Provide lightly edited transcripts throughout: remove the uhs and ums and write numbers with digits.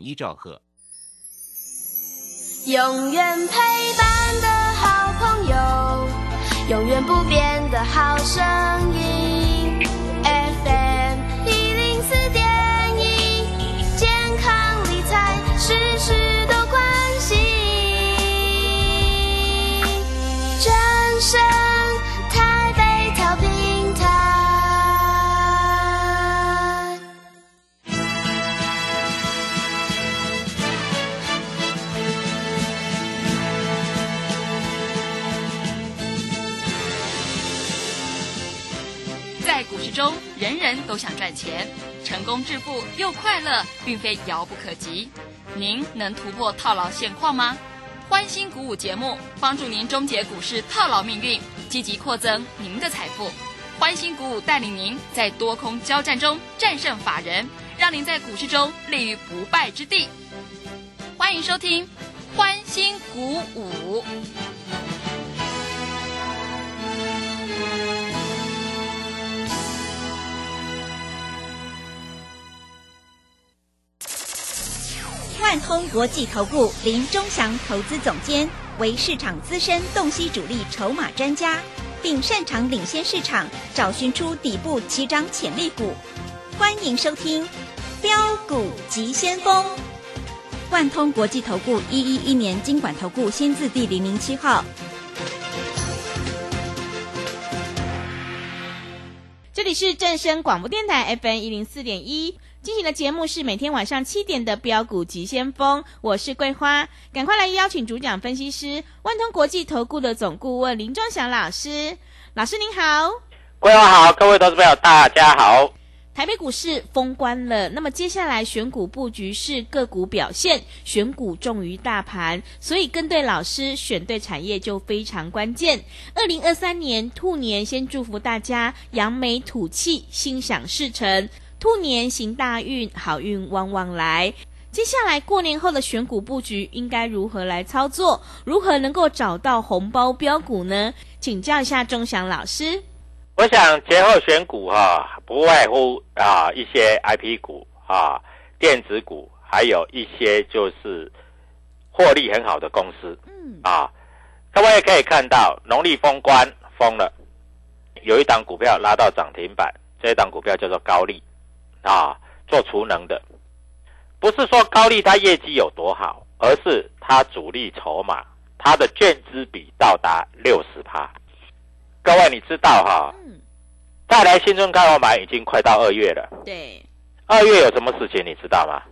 一兆赫。 永远陪伴的好朋友，永远不变的好声音 FM 104.1，健康理财事事都关心，正声台北调频台。 在股市中，人人都想赚钱，成功致富又快乐，并非遥不可及。您能突破套牢现况吗？欢欣鼓舞节目帮助您终结股市套牢命运，积极扩增您的财富。欢欣鼓舞带领您在多空交战中战胜法人，让您在股市中立于不败之地。欢迎收听欢欣鼓舞。 万通国际投顾林钟祥投资总监为市场资深洞悉主力筹码专家，并擅长领先市场，找寻出底部起涨潜力股。欢迎收听标股急先锋。万通国际投顾111年金管投顾新字第007号。这里是正声广播电台 FM 104.1。进行的节目是每天晚上7点的标股急先锋，我是桂花，赶快来邀请主讲分析师万通国际投顾的总顾问林钟祥老师。老师您好。 桂花好，各位投资朋友大家好。 台北股市封关了，那么接下来选股布局是个股表现，选股重于大盘，所以跟对老师，选对产业就非常关键。2023年兔年，先祝福大家扬眉吐气，心想事成，兔年行大运，好运旺旺来。接下来过年后的选股布局应该如何来操作？如何能够找到红包标股呢？请教一下钟祥老师。 我想节后选股不外乎一些 IP 股电子股，还有一些就是获利很好的公司。各位可以看到农历封关封了，有一档股票拉到涨停板，这一档股票叫做高力做储能的。不是说高力它业绩有多好，而是它主力筹码，它的券资比到达 60%。各位你知道再来新春开红盘已经快到2月了。 对 ，2月有什么事情你知道吗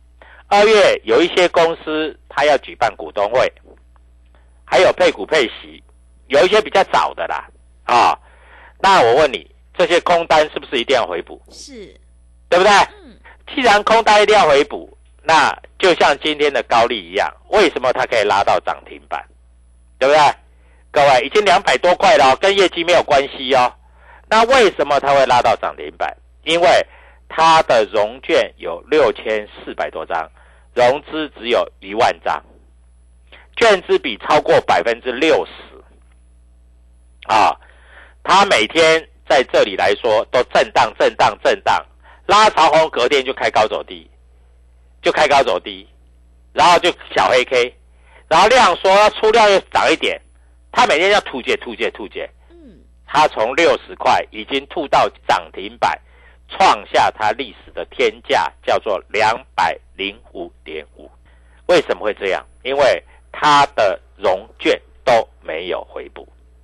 ？2月有一些公司它要举办股东会，还有配股配息，有一些比较早的啦那我问你，这些空单是不是一定要回补？ 是， 对不对？既然空单一定要回补，那就像今天的高力一样，为什么它可以拉到涨停板？对不对？各位，已经200多块了，跟业绩没有关系哦。那为什么它会拉到涨停板？因为它的融券有6400多张，融资只有1万张，券资比超过 60%。它每天在这里来说都震荡，拉长红隔天就开高走低，然后就小黑 K， 然后量说要出量又涨一点，它每天要吐解，它从60块已经吐到涨停板，创下它历史的天价，叫做205.5。为什么会这样？因为它的融券都没有回补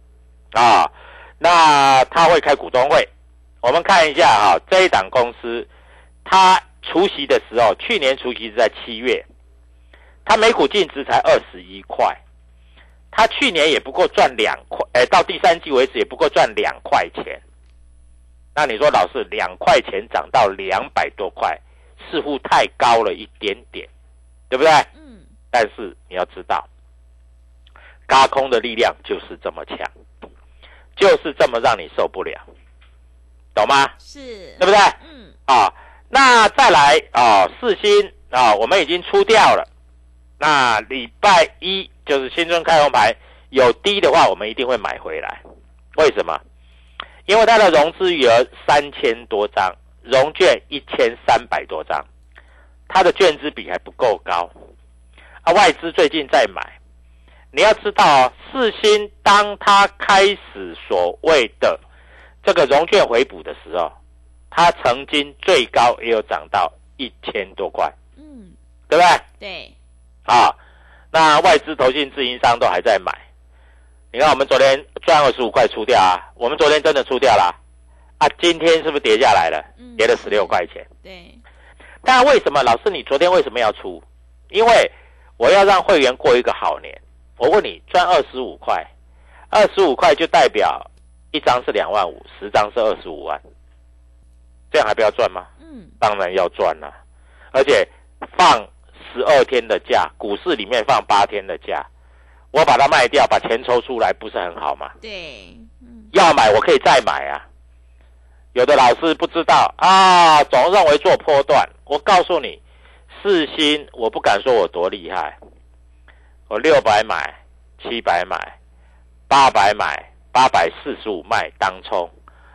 那它会开股东会，我们看一下这一档公司，它除息的时候，去年除息是在7月，它每股净值才21块，它去年也不过赚2块，到第3季为止也不过赚2块钱。那你说老师2块钱涨到200多块，似乎太高了一点点，对不对？但是你要知道，軋空的力量就是这么强，就是这么让你受不了，懂吗？ 是， 对不对？那再来世芯我们已经出掉了。那礼拜一就是新春开红盘，有低的话，我们一定会买回来。为什么？因为它的融资余额3000多张，融券1300多张， 它的券资比还不够高啊，外资最近在买。你要知道哦，世芯当它开始所谓的这个融券回补的时候，它曾经最高也有涨到1000多块，对不对？ 对， 啊，那外资投信自营商都还在买。你看我们昨天赚25块出掉啊，我们昨天真的出掉了啊，今天是不是跌下来了？跌了16块钱。 对。 但为什么老师你昨天为什么要出？因为我要让会员过一个好年。我问你，赚25块，25块就代表一张是25000，10张是25万，这样还不要赚吗？当然要赚了，而且放12天的假，股市里面放8天的假，我把它卖掉，把钱抽出来，不是很好吗？ 对， 要买我可以再买啊。有的老师不知道啊，总认为做波段。我告诉你，世芯我不敢说我多厉害，我600买，700买，800买，845卖当冲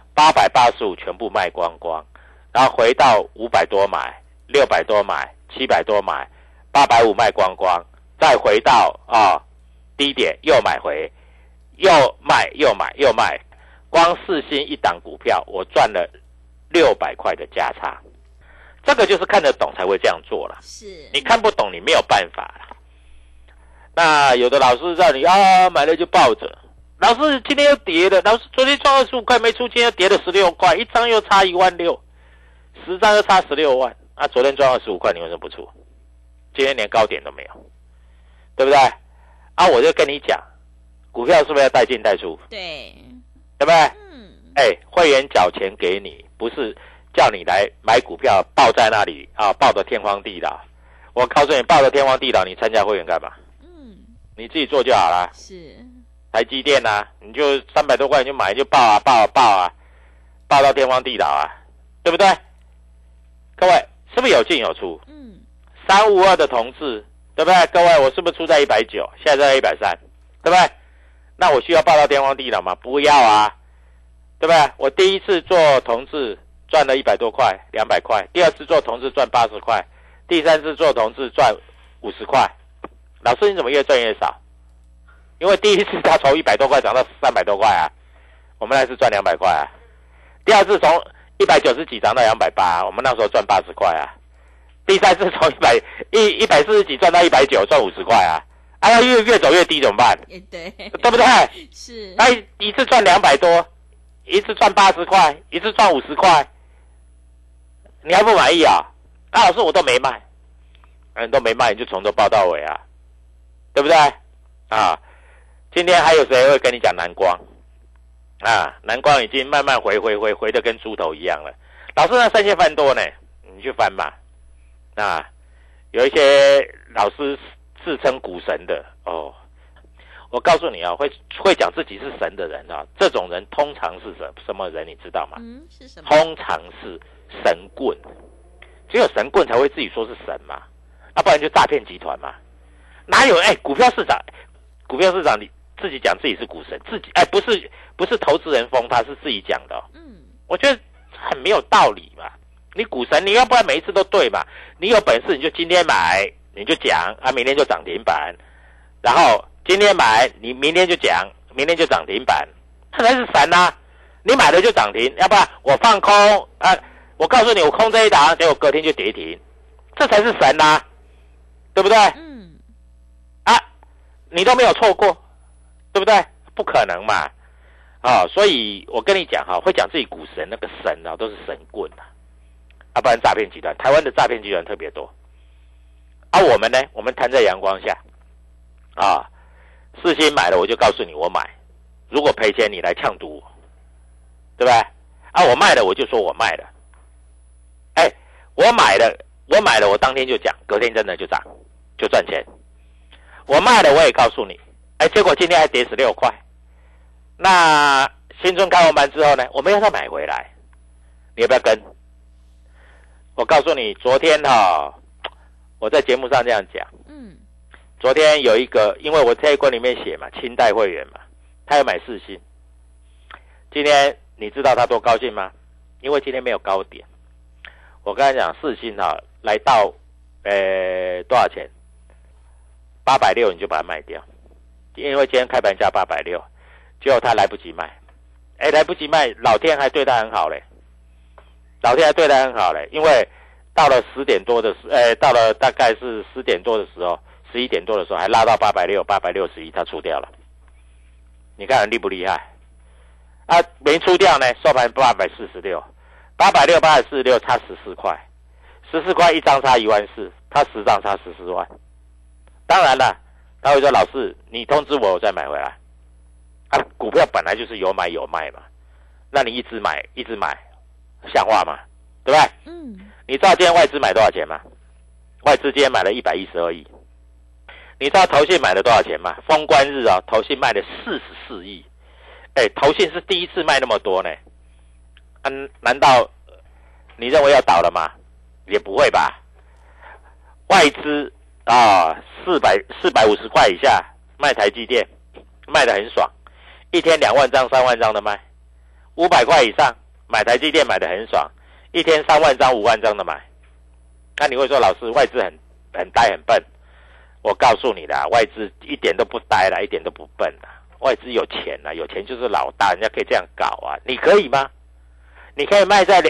，885全部卖光光，然后回到500多买，600多买，700多买，850卖光光，再回到低点又买回，又卖又买又卖，光世芯一档股票我赚了600块的价差。这个就是看得懂才会这样做了， 是你看不懂你没有办法了。那有的老师让你买了就抱着，老师今天又跌了，老师昨天赚25块没出，今天又跌了16块，一张又差16000，10张又差16万啊！昨天赚25块，你为什么不出？今天连高点都没有，对不对？啊，我就跟你讲，股票是不是要带进带出？ 对， 对不对？会员缴钱给你，不是叫你来买股票抱在那里啊，抱得天荒地老。我告诉你，抱得天荒地老，你参加会员干嘛？你自己做就好了。 是台积电啊，你就300多块你就买就抱啊，抱到天荒地老啊，对不对？各位是不是有进有出？352的同志，对不对？各位，我是不是出在190，现在在130，对不对？那我需要抱到天荒地老吗？不要啊，对不对？我第一次做同志赚了100多块，200块，第二次做同志赚80块，第三次做同志赚50块。老师你怎么越赚越少？因为第一次他从100多块涨到300多块啊，我们那次赚200块啊。第二次从190几涨到280啊，我们那时候赚80块啊。第三次从140几赚到190，赚50块啊。要越走越低怎么办？ 对， 对不对？ 是。 那一次赚200多，一次赚80块，一次赚50块，你还不满意啊？老师我都没卖，你都没卖，你就从头报到尾啊，对不对？啊，今天还有谁会跟你讲南光？南光已经慢慢回得跟猪头一样了。老师那3线翻多呢，你去翻嘛。有一些老师自称股神的我告诉你会讲自己是神的人这种人通常是什么人你知道吗？ 是什么？通常是神棍，只有神棍才会自己说是神嘛，不然就诈骗集团嘛。哪有股票市场你自己讲自己是股神，自己不是投资人封他，是自己讲的我觉得很没有道理嘛。你股神，你要不然每一次都对嘛？你有本事你就今天买，你就讲明天就涨停板，然后今天买，你明天就讲，明天就涨停板，那才是神啊！你买了就涨停，要不然我放空我告诉你，我空这一档，结果隔天就跌停，这才是神啊，对不对？你都没有错过，对不对？不可能嘛！所以我跟你讲会讲自己股神那个神都是神棍不然诈骗集团，台湾的诈骗集团特别多。我们呢，我们摊在阳光下世芯买了我就告诉你我买，如果赔钱你来呛赌我，对不对？我卖了我就说我卖了，我买了我当天就讲，隔天真的就涨，就赚钱。我卖了我也告诉你，结果今天还跌16块。那新春开完盘之后呢，我们要再买回来，你要不要跟？我告诉你，昨天我在节目上这样讲。昨天有一个，因为我这一关里面写嘛，清代会员嘛，他要买世芯。今天你知道他多高兴吗？因为今天没有高点。我跟他讲，世芯来到多少钱？860你就把它卖掉，因为今天开盘价860，结果他来不及卖，来不及卖，老天还对他很好嘞，因为到了10点多的到了大概是10点多的时候，11点多的时候还拉到861，他出掉了，你看厉不厉害？啊，没出掉呢，收盘846，差14块，14块一张差14000，他10张差14万。当然了，他会说老师，你通知我再买回来。啊，股票本来就是有买有卖嘛，那你一直买，像话吗？对不对？你知道今天外资买多少钱吗？外资今天买了112亿。你知道投信买了多少钱吗？封关日啊，投信卖了44亿。投信是第一次卖那么多呢。难道你认为要倒了吗？也不会吧。外资450块以下卖台积电，卖得很爽，一天2万张、3万张的卖。500块以上买台积电买得很爽，一天3万张、5万张的买。那你会说老师外资很呆很笨？我告诉你啦，外资一点都不呆啦，一点都不笨啦。外资有钱啦，有钱就是老大，人家可以这样搞啊。你可以吗？你可以卖在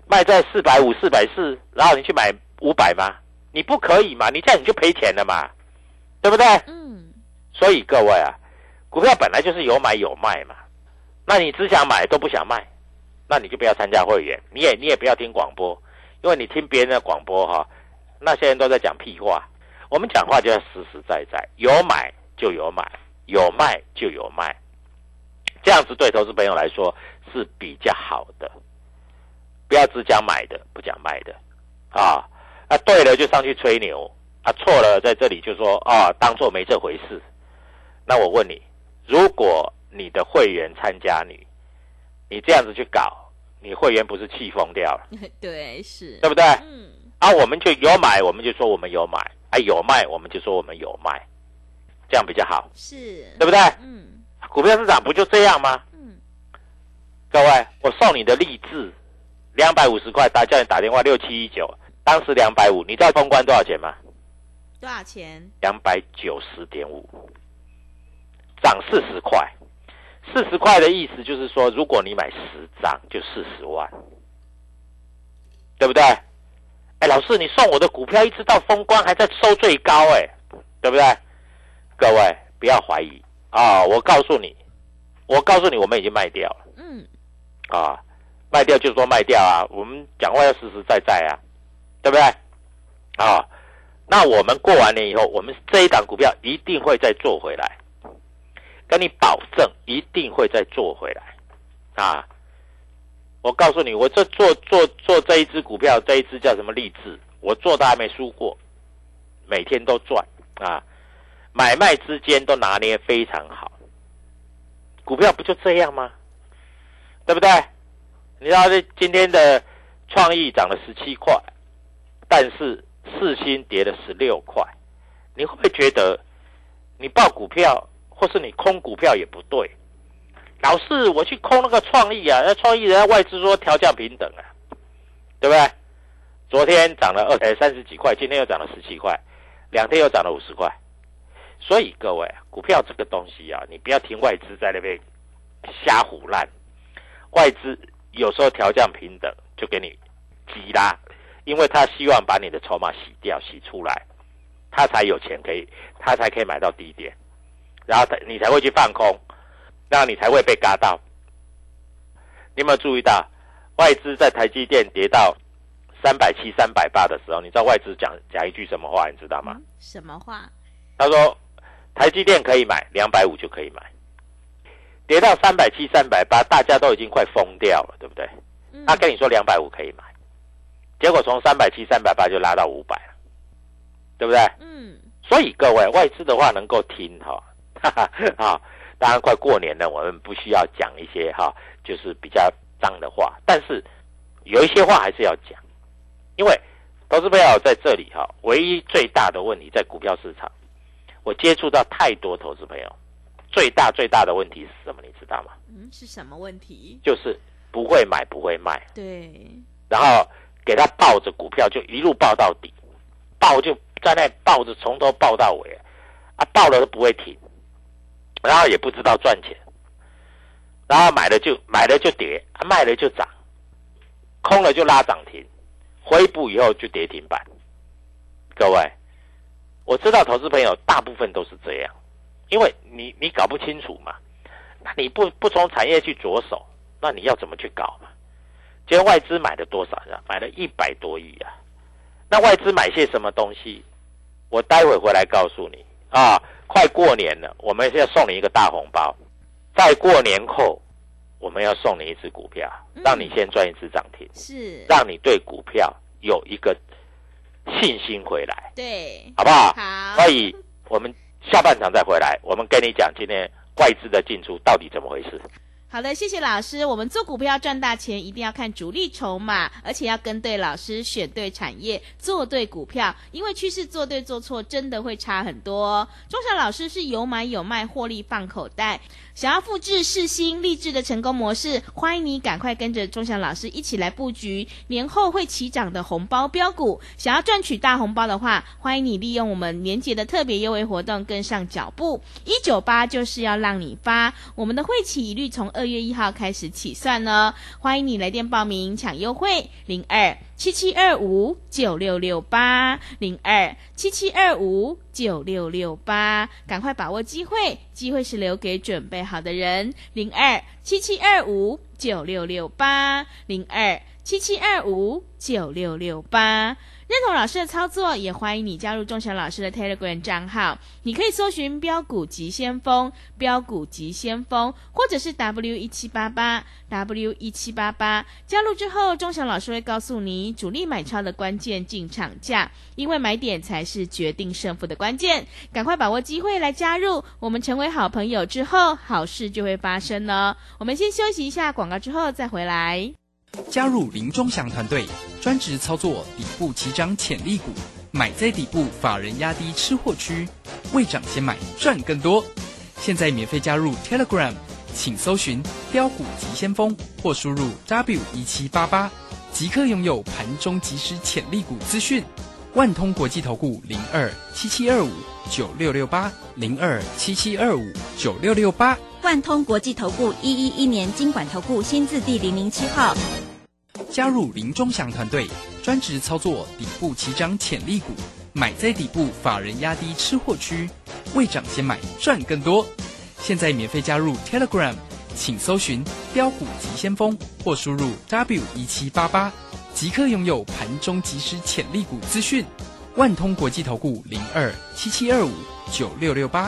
450、440，然后你去买500吗？你不可以嘛？你这样你就赔钱了嘛，对不对？所以各位啊，股票本来就是有买有卖嘛。那你只想买都不想卖，那你就不要参加会员，你也不要听广播，因为你听别人的广播那些人都在讲屁话。我们讲话就要实实在在，有买就有买，有卖就有卖，这样子对投资朋友来说是比较好的。不要只讲买的不讲卖的对了就上去吹牛错了在这里就说当作没这回事。那我问你，如果你的会员参加你这样子去搞，你会员不是气疯掉了？ 对，是， 对不对？我们就有买我们就说我们有买，有卖我们就说我们有卖，这样比较好， 是， 对不对？股票市场不就这样吗？各位，我送你的励志250块，叫你打电话6719，当时250，你知道封关多少钱吗？ 多少钱 ？290.5，涨40块。40块的意思就是说，如果你买10张就40万，对不对？老师，你送我的股票一直到封关还在收最高，对不对？各位不要怀疑我告诉你，我们已经卖掉了。卖掉就说卖掉我们讲话要实实在在对不对？那我们过完年以后，我们这一档股票一定会再做回来，跟你保证一定会再做回来我告诉你，我这做这一只股票，这一只叫什么励志，我做的还没输过，每天都赚买卖之间都拿捏非常好。股票不就这样吗？对不对？你知道今天的创意涨了17块，但是世芯跌了16块，你会不会觉得你抱股票或是你空股票也不对？老师，我去空那个创意那创意人家外资说调降平等对不对？昨天涨了30几块，今天又涨了17块，2天又涨了50块。所以各位，股票这个东西你不要听外资在那边瞎唬烂。外资有时候调降平等就给你急拉，因为他希望把你的筹码洗掉洗出来，他才有钱他才可以买到低点，然后你才会去放空，那你才会被嘎到。你有没有注意到外资在台积电跌到370、380的时候，你知道外资讲一句什么话你知道吗？ 什么话？ 他说台积电可以买250就可以买，跌到370、380大家都已经快疯掉了，对不对？他跟你说250可以买，结果从370、380就拉到500了，对不对？所以各位外资的话能够听当然快过年了，我们不需要讲一些就是比较脏的话，但是有一些话还是要讲，因为投资朋友在这里唯一最大的问题在股票市场，我接触到太多投资朋友，最大的问题是什么你知道吗？ 是什么问题？ 就是不会买不会卖， 对， 然后给他抱着股票就一路抱到底， 抱就在那里抱着，从头抱到尾啊，抱了都不会停，然后也不知道赚钱，然后买了就跌，卖了就涨，空了就拉涨停，回补以后就跌停板。各位，我知道投资朋友大部分都是这样，因为你搞不清楚嘛，那你不从产业去着手，那你要怎么去搞嘛？今天外资买了多少呀？买了100多亿啊！那外资买些什么东西？我待会回来告诉你啊！快过年了，我们要送你一个大红包。在过年后，我们要送你一只股票，让你先赚一只涨停， 是让你对股票有一个信心回来， 对， 好不好？ 好。 所以我们下半场再回来，我们跟你讲今天外资的进出到底怎么回事。 好的，谢谢老师。我们做股票赚大钱，一定要看主力筹码，而且要跟对老师，选对产业，做对股票。因为趋势做对做错，真的会差很多。钟祥老师是有买有卖，获利放口袋。想要复制世新、励志的成功模式，欢迎你赶快跟着钟祥老师一起来布局年后会起涨的红包标股。想要赚取大红包的话，欢迎你利用我们年节的特别优惠活动跟上脚步。198就是要让你发，我们的会期一律从2月1号开始起算哦。欢迎你来电报名抢优惠，02-7725-9668 02-7725-9668，赶快把握机会，机会是留给准备好的人。02-7725-9668 02-7725-9668。认同老师的操作，也欢迎你加入钟祥老师的 Telegram 账号，你可以搜寻标股急先锋，标股急先锋，或者是 W1788 W1788。加入之后，钟祥老师会告诉你主力买超的关键进场价，因为买点才是决定胜负的关键。赶快把握机会来加入，我们成为好朋友之后，好事就会发生哦。我们先休息一下广告，之后再回来。 加入林钟祥团队，专职操作底部起涨潜力股，买在底部，法人压低吃货区，未涨先买赚更多。现在免费加入 Telegram， 请搜寻标股急先锋或输入 W1788， 即刻拥有盘中即时潜力股资讯。万通国际投顾02-7725-9668 02-7725-9668。 万通国际投顾111年金管投顾新字第007号。 加入林钟祥团队，专职操作底部起涨潜力股，买在底部，法人压低吃货区，未涨先买赚更多。现在免费加入 Telegram， 请搜寻标股急先锋或输入 W1788， 即刻拥有盘中即时潜力股资讯。万通国际投顾02-7725-9668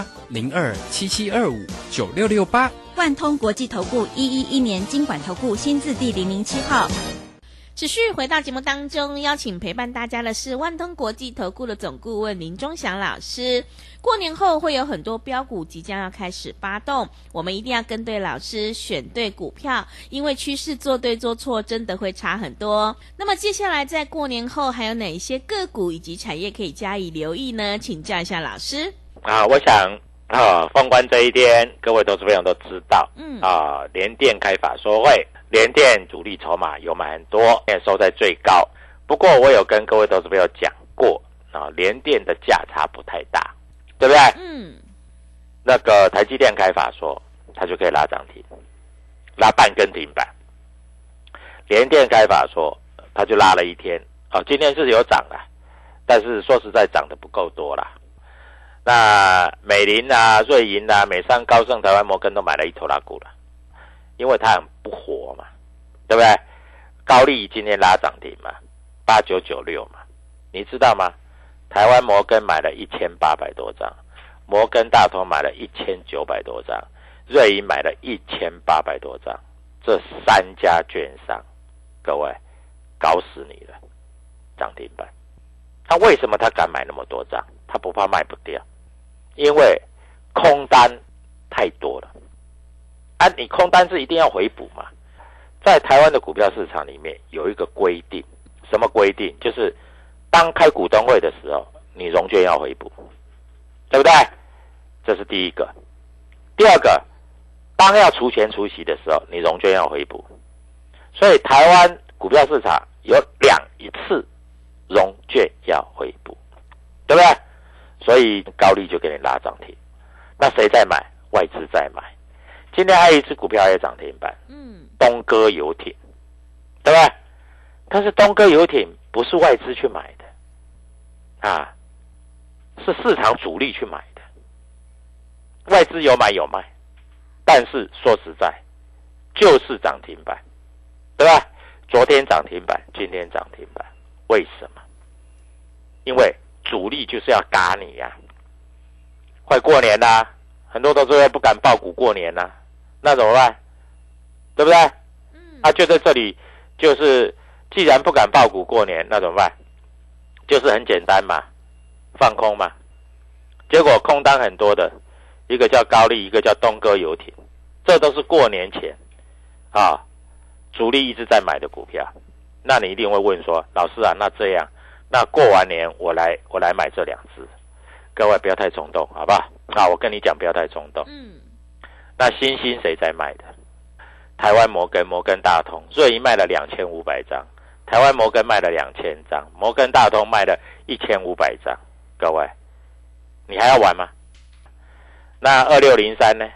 02-7725-9668。 万通国际投顾111年金管投顾新字第007号。 持续回到节目当中，邀请陪伴大家的是万通国际投顾的总顾问林钟祥老师。过年后会有很多标股即将要开始发动，我们一定要跟对老师，选对股票，因为趋势做对做错真的会差很多。那么接下来在过年后还有哪一些个股以及产业可以加以留意呢？请教一下老师。 我想封关这一天，各位投资朋友都知道，联电开法说会，联电主力筹码有买很多，也收在最高。不过我有跟各位投资朋友讲过，联电的价差不太大，对不对？那个台积电开法说，它就可以拉涨停，拉半根停板。联电开法说，它就拉了一天，今天是有涨了，但是说实在涨得不够多啦。那美林啊、瑞银啊、美商、高盛、台湾摩根都买了一头拉股了，因为它很不活嘛，对不对？高力今天拉涨停嘛，8996嘛，你知道吗？台湾摩根买了1800多张，摩根大通买了1900多张，瑞银买了1800多张，这3家券商，各位搞死你了，涨停板。他为什么他敢买那么多张？他不怕卖不掉，因为空单太多了啊！你空单是一定要回补嘛？在台湾的股票市场里面有一个规定，什么规定？就是当开股东会的时候，你融券要回补，对不对？这是第一个。第二个，当要除权除息的时候，你融券要回补。所以台湾股票市场有2次融券要回补。 对不对？所以高利就给你拉涨停。那谁在买？外资在买。今天还有一只股票也涨停板，东哥游艇，对不对？但是东哥游艇不是外资去买的啊，是市场主力去买的。外资有买有卖，但是说实在就是涨停板，对吧？昨天涨停板，今天涨停板，为什么？因为主力就是要嘎你呀、快过年啦，很多投资人不敢抱股过年啦，那怎么办？对不对？就在这里，就是既然不敢抱股过年，那怎么办？就是很简单嘛，放空嘛。结果空单很多的，一个叫高利，一个叫东哥游艇，这都是过年前啊，主力一直在买的股票。那你一定会问说，老师啊，那这样，那过完年我来买这两只，各位不要太冲动，好不好？我跟你讲，不要太冲动。那新兴谁在卖的？台湾摩根大通，瑞银卖了2500张，台湾摩根卖了2000张，摩根大通卖了1500张。各位，你还要玩吗？那2603呢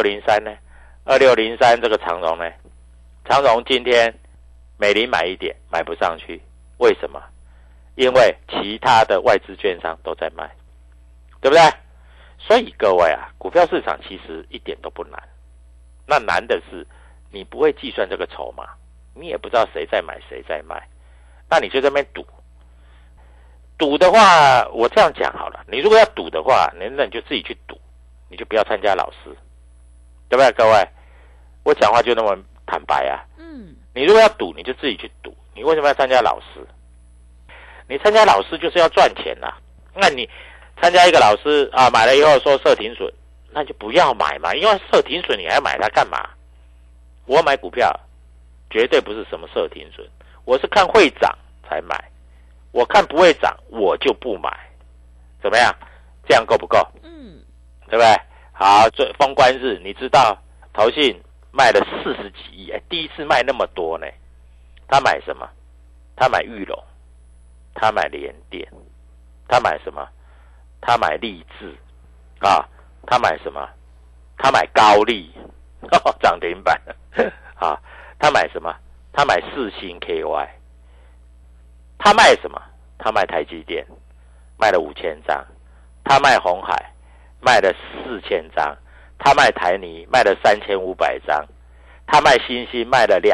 ？2603这个长荣呢？长荣今天美林买一点，买不上去，为什么？因为其他的外资券商都在卖，对不对？所以各位啊，股票市场其实一点都不难，那难的是你不会计算这个筹码，你也不知道谁在买谁在卖，那你就在那边赌。赌的话，我这样讲好了，你如果要赌的话，那你就自己去赌，你就不要参加老师，对不对？各位，我讲话就那么坦白啊。你如果要赌，你就自己去赌，你为什么要参加老师？你参加老师就是要赚钱啊。那你参加一个老师啊，买了以后说设停损，那就不要买嘛，因为设停损你还买它干嘛？我买股票绝对不是什么设停损，我是看会涨才买，我看不会涨我就不买，怎么样？这样够不够？对不对？好，这封关日你知道投信卖了40几亿，第一次卖那么多呢。他买什么？他买裕隆，他买联电，他买什么？他买励志啊，他买什么？他买高利，涨停板啊，他买什么？他买世芯 KY， 他卖什么？他卖台积电，卖了5000张，他卖鸿海，卖了4000张，他卖台泥，卖了3500张，他卖新兴，卖了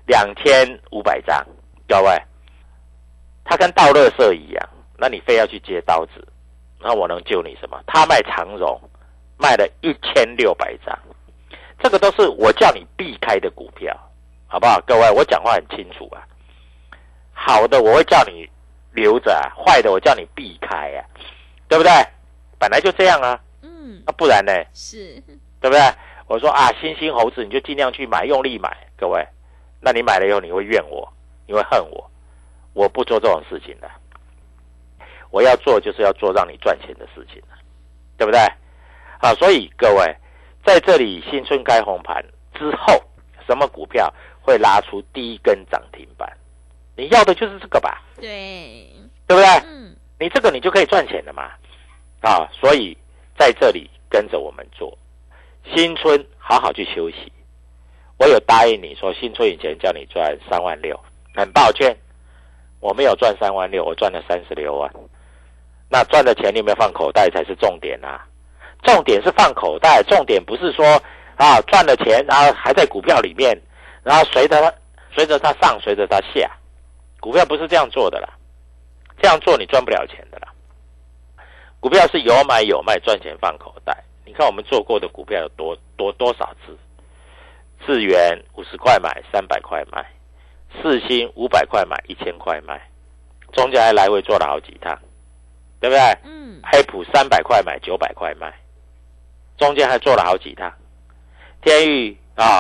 2500张。各位，他跟倒垃圾一样，那你非要去接刀子，那我能救你什么？他卖长荣，卖了1600张，这个都是我叫你避开的股票，好不好？各位，我讲话很清楚啊。好的我会叫你留着啊，坏的我叫你避开啊，对不对？本来就这样啊。那不然呢？ 是， 对不对？我说啊，新兴猴子你就尽量去买，用力买。各位，那你买了以后你会怨我，你会恨我，我不做这种事情的。我要做就是要做让你赚钱的事情，对不对？好，所以各位在这里新春开红盘之后，什么股票会拉出第一根涨停板？你要的就是这个吧？ 对不对？你这个你就可以赚钱了嘛。所以在这里跟着我们做，新春好好去休息。我有答应你说新春以前叫你赚36000，很抱歉我没有赚36000，我赚了36万。那赚的钱你有没有放口袋才是重点啊？重点是放口袋，重点不是说赚了钱还在股票里面，然后随着它上随着它下，股票不是这样做的啦，这样做你赚不了钱的啦。股票是有买有卖，赚钱放口袋。你看我们做过的股票有多少次？智原50块买300块卖，世芯500块买1000块卖，中间还来回做了好几趟，对不对？黑普300块买900块卖，中间还做了好几趟。天宇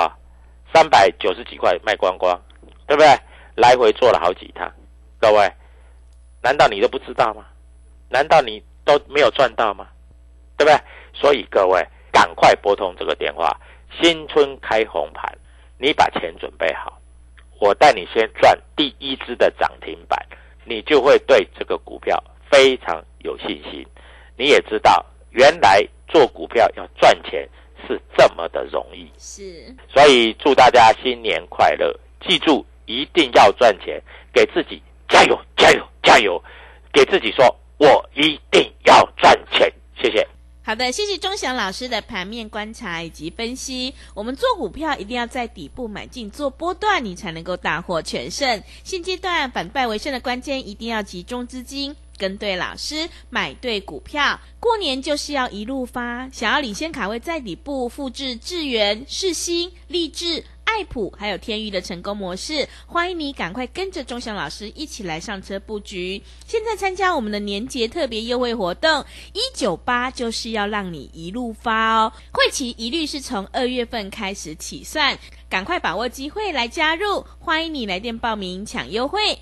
390几块卖光光，对不对？来回做了好几趟。各位，难道你都不知道吗？难道你都没有赚到吗？对不对？所以各位赶快拨通这个电话，新春开红盘，你把钱准备好，我带你先赚第一支的涨停板，你就会对这个股票非常有信心。你也知道，原来做股票要赚钱是这么的容易， 是， 所以祝大家新年快乐！记住，一定要赚钱，给自己加油，加油，加油！给自己说，我一定要赚钱。谢谢。 好的，谢谢钟祥老师的盘面观察以及分析。我们做股票一定要在底部买进，做波段你才能够大获全胜。现阶段反败为胜的关键，一定要集中资金，跟对老师，买对股票。过年就是要一路发，想要领先卡位在底部，复制智原、世新、立志、爱普还有天域的成功模式，欢迎你赶快跟着钟祥老师一起来上车布局。现在参加我们的年节特别优惠活动，198就是要让你一路发哦，会期一律是从2月份开始起算，赶快把握机会来加入，欢迎你来电报名抢优惠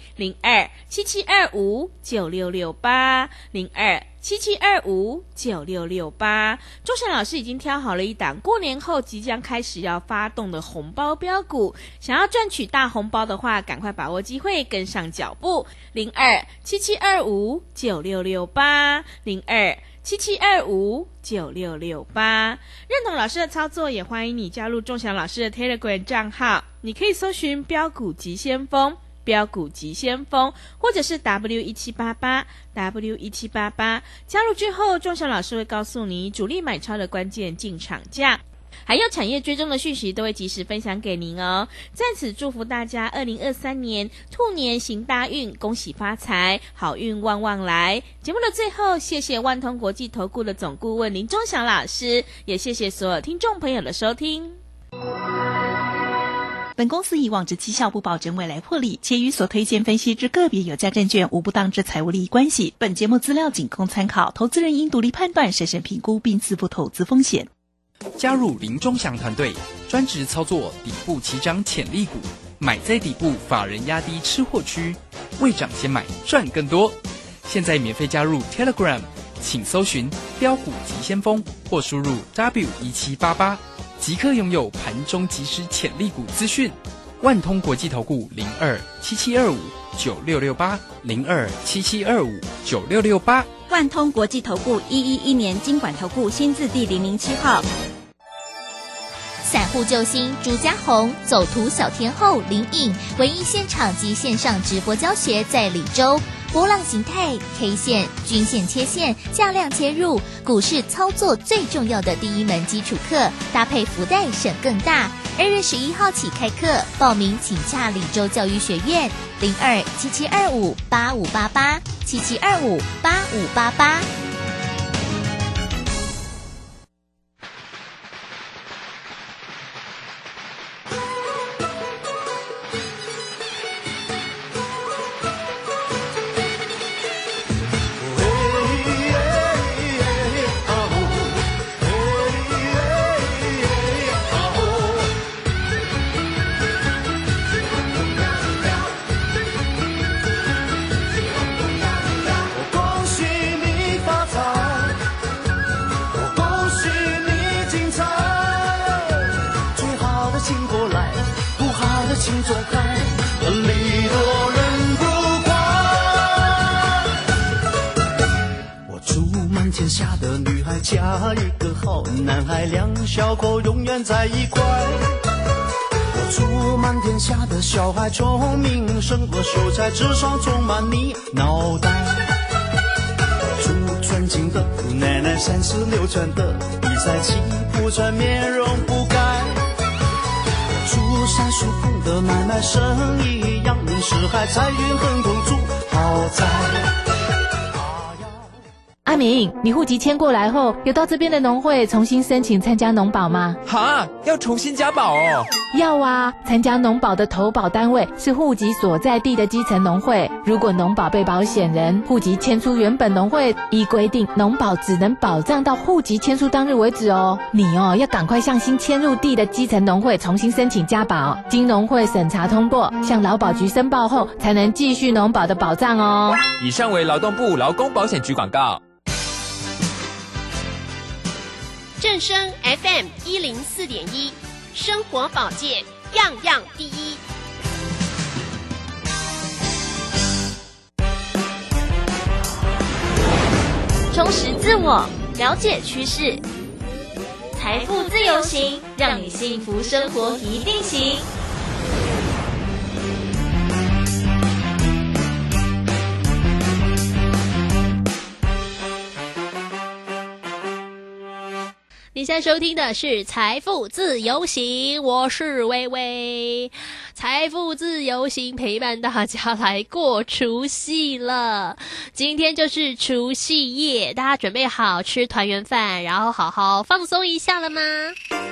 ，02-7725-9668，02-7725-9668。钟祥老师已经挑好了一档过年后即将开始要发动的红包标股，想要赚取大红包的话，赶快把握机会，跟上脚步，02-7725-9668，02-7725-9668。认同老师的操作，也欢迎你加入钟祥老师的 Telegram 账号，你可以搜寻标股急先锋，标股急先锋，或者是 W1788 W1788。加入之后，钟祥老师会告诉你主力买超的关键进场价，还有产业追踪的讯息都会及时分享给您哦。在此祝福大家2023年兔年行大运，恭喜发财，好运旺旺来。节目的最后，谢谢万通国际投顾的总顾问林钟祥老师，也谢谢所有听众朋友的收听。 本公司以往之绩效不保证未来获利，且与所推荐分析之个别有价证券无不当之财务利益关系。本节目资料仅供参考，投资人应独立判断、审慎评估并自负投资风险。 加入林钟祥团队，专职操作底部起涨潜力股，买在底部，法人压低吃货区，未涨先买赚更多。现在免费加入 Telegram， 请搜寻标股急先锋或输入 W1788， 即刻拥有盘中即时潜力股资讯。万通国际投顾02-7725-9668 02-7725-9668。 万通国际投顾111年金管投顾新字第007号。 散户救星朱家红，走图小天后林颖，唯一现场及线上直播教学在李州。波浪形态、K 线、均线切线、价量切入，股市操作最重要的第一门基础课，搭配福袋省更大。2月11号起开课，报名请洽李州教育学院02-7725-8588 7725-8588。 下的女孩嫁一个好男孩，两小口永远在一块。我祝满天下的小孩聪明胜过秀才，智商充满你脑袋。我祝尊敬的姑奶奶36转的比赛气不喘，面容不改。我祝三叔公的买卖生意扬名四海，财运亨通住豪宅。 阿明，你户籍迁过来后，有到这边的农会重新申请参加农保吗？ 哈，要重新加保哦。 要啊，参加农保的投保单位是户籍所在地的基层农会。如果农保被保险人户籍迁出原本农会，依规定农保只能保障到户籍迁出当日为止哦。你要赶快向新迁入地的基层农会重新申请加保，经农会审查通过，向劳保局申报后，才能继续农保的保障哦。 以上为劳动部劳工保险局广告。 正声 FM 104.1，生活保健样样第一。 充实自我，了解趋势，财富自由行，让你幸福生活一定行。 你现在收听的是财富自由行，我是薇薇。财富自由行陪伴大家来过除夕了，今天就是除夕夜，大家准备好吃团圆饭，然后好好放松一下了吗？